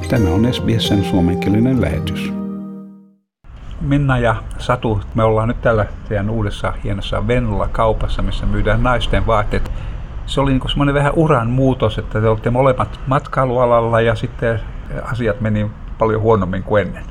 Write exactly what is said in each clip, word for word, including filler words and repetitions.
Tämä on S B S:n suomenkielinen lähetys. Minna ja Satu, me ollaan nyt täällä teidän uudessa hienossa Venla-kaupassa, missä myydään naisten vaatteet. Se oli niin semmoinen vähän uran muutos, että te olette molemmat matkailualalla ja sitten asiat meni paljon huonommin kuin ennen.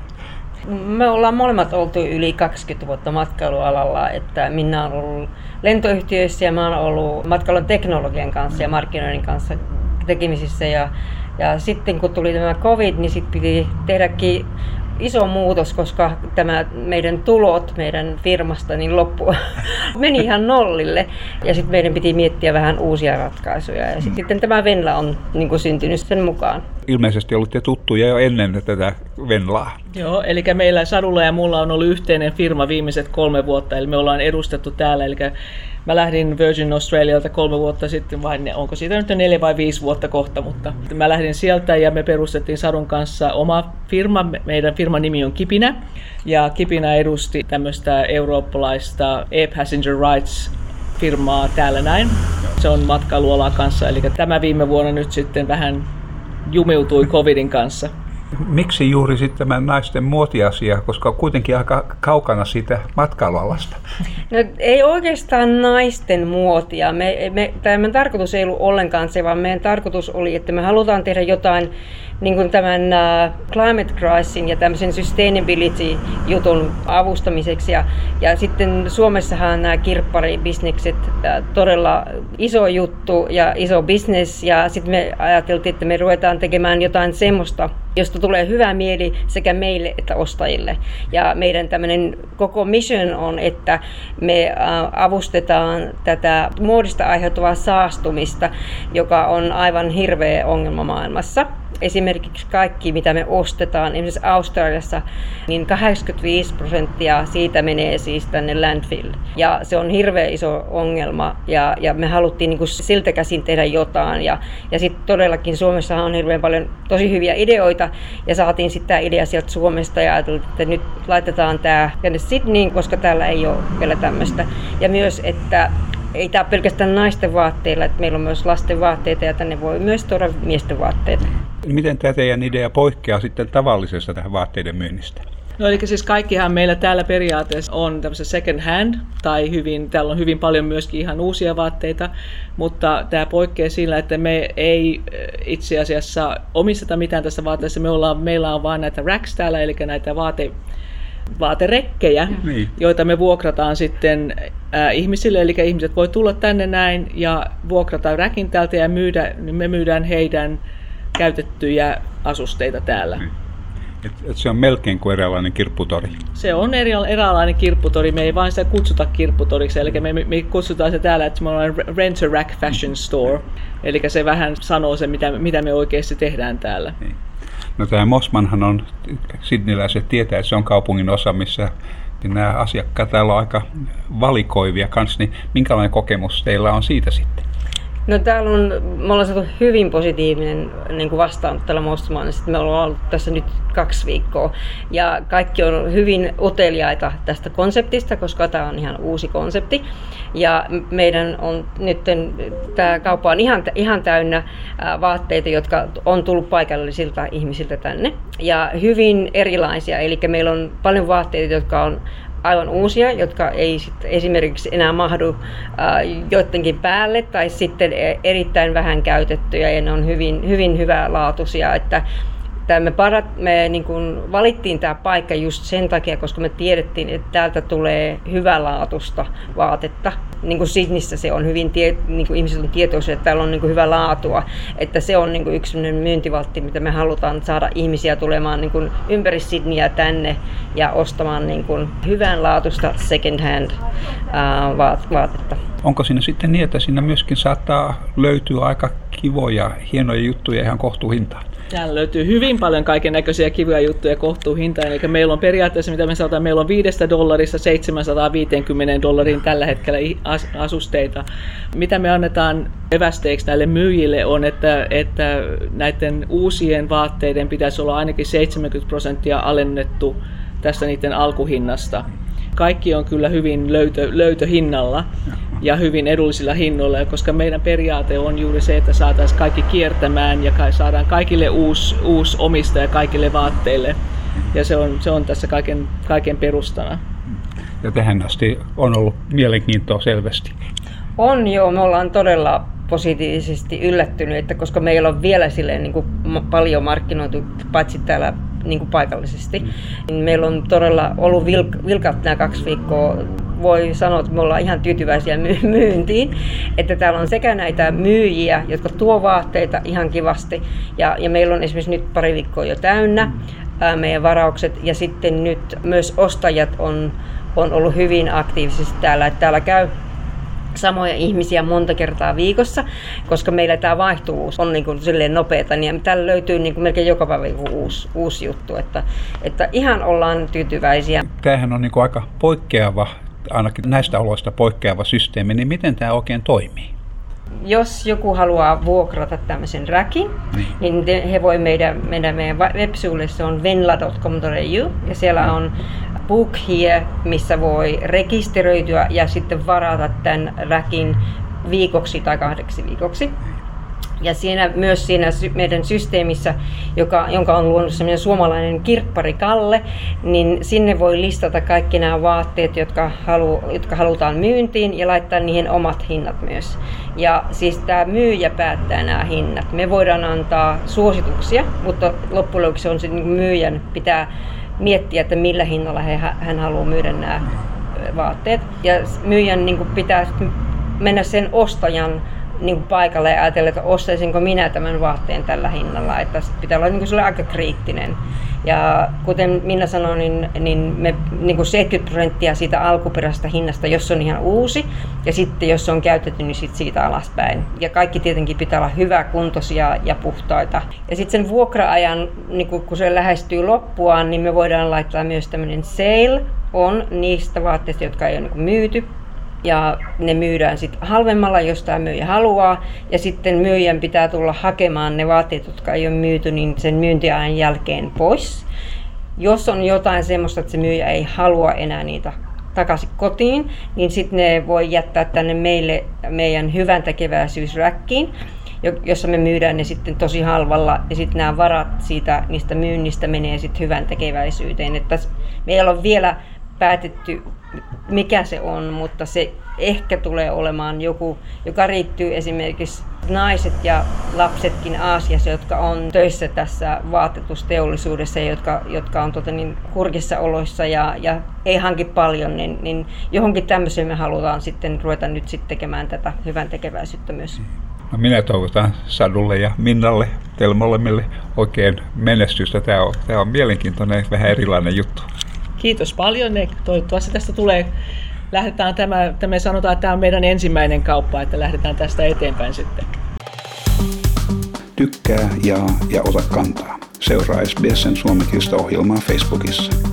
Me ollaan molemmat oltu yli kaksikymmentä vuotta matkailualalla, että Minna on ollut lentoyhtiöissä ja mä oon ollut matkailun teknologian kanssa ja markkinoinnin kanssa tekemisissä. Ja, ja sitten kun tuli tämä COVID, niin sitten piti tehdäkin iso muutos, koska tämä meidän tulot meidän firmasta niin loppu meni ihan nollille. Ja sitten meidän piti miettiä vähän uusia ratkaisuja. Ja sitten tämä Venla on niin kuin syntynyt sen mukaan. Ilmeisesti olitte tuttuja jo ennen tätä Venlaa. Joo, eli meillä Sadulla ja mulla on ollut yhteinen firma viimeiset kolme vuotta, eli me ollaan edustettu täällä. Eli mä lähdin Virgin Australialta kolme vuotta sitten, vai onko siitä nyt neljä vai viisi vuotta kohta, mutta mä lähdin sieltä ja me perustettiin Sadun kanssa oma firma. Meidän firman nimi on Kipinä, ja Kipinä edusti tämmöistä eurooppalaista e-passenger rights firmaa täällä näin. Se on matkailuala kanssa, eli tämä viime vuonna nyt sitten vähän jumiutui covidin kanssa. Miksi juuri sitten tämä naisten muotiasia, koska on kuitenkin aika kaukana siitä matkailualasta? No, ei oikeastaan naisten muotia. Me, me, tämän tarkoitus ei ollut ollenkaan se, vaan meidän tarkoitus oli, että me halutaan tehdä jotain niin kuin tämän uh, climate crisin ja tämmöisen sustainability-jutun avustamiseksi. Ja, ja sitten Suomessahan nämä kirpparibisnekset uh, todella iso juttu ja iso business. Ja sitten me ajateltiin, että me ruvetaan tekemään jotain semmoista, josta tulee hyvä mieli sekä meille että ostajille. Ja meidän tämmöinen koko mission on, että me avustetaan tätä muodista aiheutuvaa saastumista, joka on aivan hirveä ongelma maailmassa. Esimerkiksi kaikki, mitä me ostetaan, esimerkiksi Australiassa, niin kahdeksankymmentäviisi prosenttia siitä menee siis tänne landfill. Ja se on hirveän iso ongelma ja, ja me haluttiin niin kuin siltä käsin tehdä jotain. Ja, ja sitten todellakin Suomessahan on hirveän paljon tosi hyviä ideoita ja saatiin sitten tämä idea sieltä Suomesta ja ajateltiin, että nyt laitetaan tämä tänne Sydneyin, koska täällä ei ole vielä tämmöistä. Ja myös, että ei tämä pelkästään naisten vaatteilla, että meillä on myös lasten vaatteita ja tänne voi myös tuoda miesten vaatteita. Miten tämä teidän idea poikkeaa sitten tavallisesta tähän vaatteiden myynnistä? No eli siis kaikkihan meillä täällä periaatteessa on tämmöistä second hand, tai hyvin, täällä on hyvin paljon myöskin ihan uusia vaatteita, mutta tämä poikkeaa sillä, että me ei itse asiassa omisteta mitään tästä vaatteesta. Me ollaan, meillä on vain näitä racks täällä, eli näitä vaate, vaaterekkejä, niin, joita me vuokrataan sitten äh, ihmisille, eli ihmiset voi tulla tänne näin ja vuokrata rackin täältä ja myydä, niin me myydään heidän käytettyjä asusteita täällä. Niin. Et, et se on melkein kuin eräänlainen kirpputori. Se on eri, eräänlainen kirpputori, me ei vain sitä kutsuta kirpputoriksi, eli me, me kutsutaan se täällä, että me ollaan Rent a Rack Fashion Store, eli se vähän sanoo se, mitä, mitä me oikeasti tehdään täällä. Niin. No tämä Mossmanhan on, sydneyläiset tietää, että se on kaupungin osa, missä nämä asiakkaat täällä on aika valikoivia kanssa, niin minkälainen kokemus teillä on siitä sitten? No täällä on, me ollaan saatu hyvin positiivinen niin kuin vastaanotto täällä Mossmanissa. Me ollaan ollut tässä nyt kaksi viikkoa ja kaikki on hyvin uteliaita tästä konseptista, koska tämä on ihan uusi konsepti. Ja meidän on nyt, tämä kauppa on ihan, ihan täynnä vaatteita, jotka on tullut paikallisilta ihmisiltä tänne. Ja hyvin erilaisia, eli meillä on paljon vaatteita, jotka on aivan uusia, jotka ei sit esimerkiksi enää mahdu äh, joidenkin päälle tai sitten erittäin vähän käytettyjä ja ne on hyvin, hyvin hyvälaatuisia. Että me, parat, me niin kun valittiin tämä paikka just sen takia, koska me tiedettiin, että täältä tulee hyvälaatuista vaatetta. Niin kuin Sydneyssä se on hyvin, tie, niin kuin ihmiset on tietoisia, että täällä on niin kuin hyvä laatua. Että se on niin kuin yksi myyntivaltti, mitä me halutaan saada ihmisiä tulemaan niin kuin ympäri Sydneyä tänne ja ostamaan niin kuin hyvänlaatuista second hand ää, vaatetta. Onko siinä sitten niin, että siinä myöskin saattaa löytyä aika kivoja, hienoja juttuja ihan kohtuuhintaan? Täällä löytyy hyvin paljon kaiken näköisiä kivoja juttuja kohtuuhintaan. Eli meillä on periaatteessa, mitä me sanotaan, meillä on viidestä dollarista seitsemänsataaviisikymmentä dollariin tällä hetkellä asusteita. Mitä me annetaan evästeeksi näille myyjille on, että, että näiden uusien vaatteiden pitäisi olla ainakin seitsemänkymmentä prosenttia alennettu tästä niiden alkuhinnasta. Kaikki on kyllä hyvin löytö, löytöhinnalla. ja hyvin edullisilla hinnoilla, koska meidän periaate on juuri se, että saataisiin kaikki kiertämään ja saadaan kaikille uusi, uusi omistaja kaikille vaatteille. Ja se on, se on tässä kaiken, kaiken perustana. Ja tähän asti on ollut mielenkiintoa selvästi. On joo, me ollaan todella positiivisesti yllättynyt, että koska meillä on vielä silleen niin kuin paljon markkinoitu, paitsi täällä niin kuin paikallisesti, mm. niin meillä on todella ollut vilk- vilkat nämä kaksi viikkoa. Voi sanoa, että me ollaan ihan tyytyväisiä my- myyntiin, että täällä on sekä näitä myyjiä, jotka tuo vaatteita ihan kivasti, ja, ja meillä on esimerkiksi nyt pari viikkoa jo täynnä mm. ää, meidän varaukset, ja sitten nyt myös ostajat on, on ollut hyvin aktiivisesti täällä, että täällä käy samoja ihmisiä monta kertaa viikossa, koska meillä tämä vaihtuvuus on niin kuin silleen nopeata, niin täällä löytyy niin kuin melkein joka päivä uusi, uusi juttu, että, että ihan ollaan tyytyväisiä. Tämähän on niin kuin aika poikkeava, ainakin näistä oloista poikkeava systeemi, niin miten tämä oikein toimii? Jos joku haluaa vuokrata tämmöisen räkin, niin, niin he voi meidän, meidän, meidän web-sivuille, se on venla piste com piste e u, ja siellä on Book Here, missä voi rekisteröityä ja sitten varata tämän räkin viikoksi tai kahdeksi viikoksi. Ja siinä, myös siinä meidän systeemissä, joka, jonka on luonut semmoinen suomalainen kirppari Kalle, niin sinne voi listata kaikki nämä vaatteet, jotka, halu, jotka halutaan myyntiin ja laittaa niihin omat hinnat myös. Ja siis tämä myyjä päättää nämä hinnat. Me voidaan antaa suosituksia, mutta loppujen lopuksi on se niin myyjän pitää miettiä, että millä hinnalla he, hän haluaa myydä nämä vaatteet. Ja myyjän niin kuin pitää mennä sen ostajan niin kuin paikalle ja ajatella, että ostaisinko minä tämän vaatteen tällä hinnalla. Että pitää olla niin kuin aika kriittinen. Ja kuten Minna sanoi, niin, niin, me, niin kuin seitsemänkymmentä prosenttia siitä alkuperäisestä hinnasta, jos on ihan uusi, ja sitten jos on käytetty, niin sit siitä alaspäin. Ja kaikki tietenkin pitää olla hyväkuntoisia ja puhtaita. Ja sitten sen vuokra-ajan, niin kun se lähestyy loppuaan, niin me voidaan laittaa myös tämmöinen sale on niistä vaatteista, jotka ei ole niin kuin myyty. Ja ne myydään sitten halvemmalla, jos tämä myyjä haluaa. Ja sitten myyjän pitää tulla hakemaan ne vaatteet, jotka ei ole myyty, niin sen myyntiajan jälkeen pois. Jos on jotain semmoista, että se myyjä ei halua enää niitä takaisin kotiin, niin sitten ne voi jättää tänne meille meidän hyväntekeväisyysräkkiin, jossa me myydään ne sitten tosi halvalla. Ja sitten nämä varat siitä, niistä myynnistä menee sitten hyväntekeväisyyteen. Että meillä on vielä päätetty, mikä se on, mutta se ehkä tulee olemaan joku, joka riittyy esimerkiksi naiset ja lapsetkin Aasiassa, jotka on töissä tässä vaatetusteollisuudessa, jotka, jotka on tota niin, hurkissa oloissa ja, ja ei hanki paljon, niin, niin johonkin tämmöiseen me halutaan sitten ruveta nyt sitten tekemään tätä hyvän tekeväisyyttä myös. No minä toivotan Sadulle ja Minnalle, teille molemmille oikein menestystä. Tämä on, tämä on mielenkiintoinen, vähän erilainen juttu. Kiitos paljon. Toivottavasti tästä tulee, lähdetään tämä, me sanotaan, että tämä on meidän ensimmäinen kauppa, että lähdetään tästä eteenpäin sitten. Tykkää, jaa ja ota kantaa. Seuraa S B S:n suomenkielistä ohjelmaa Facebookissa.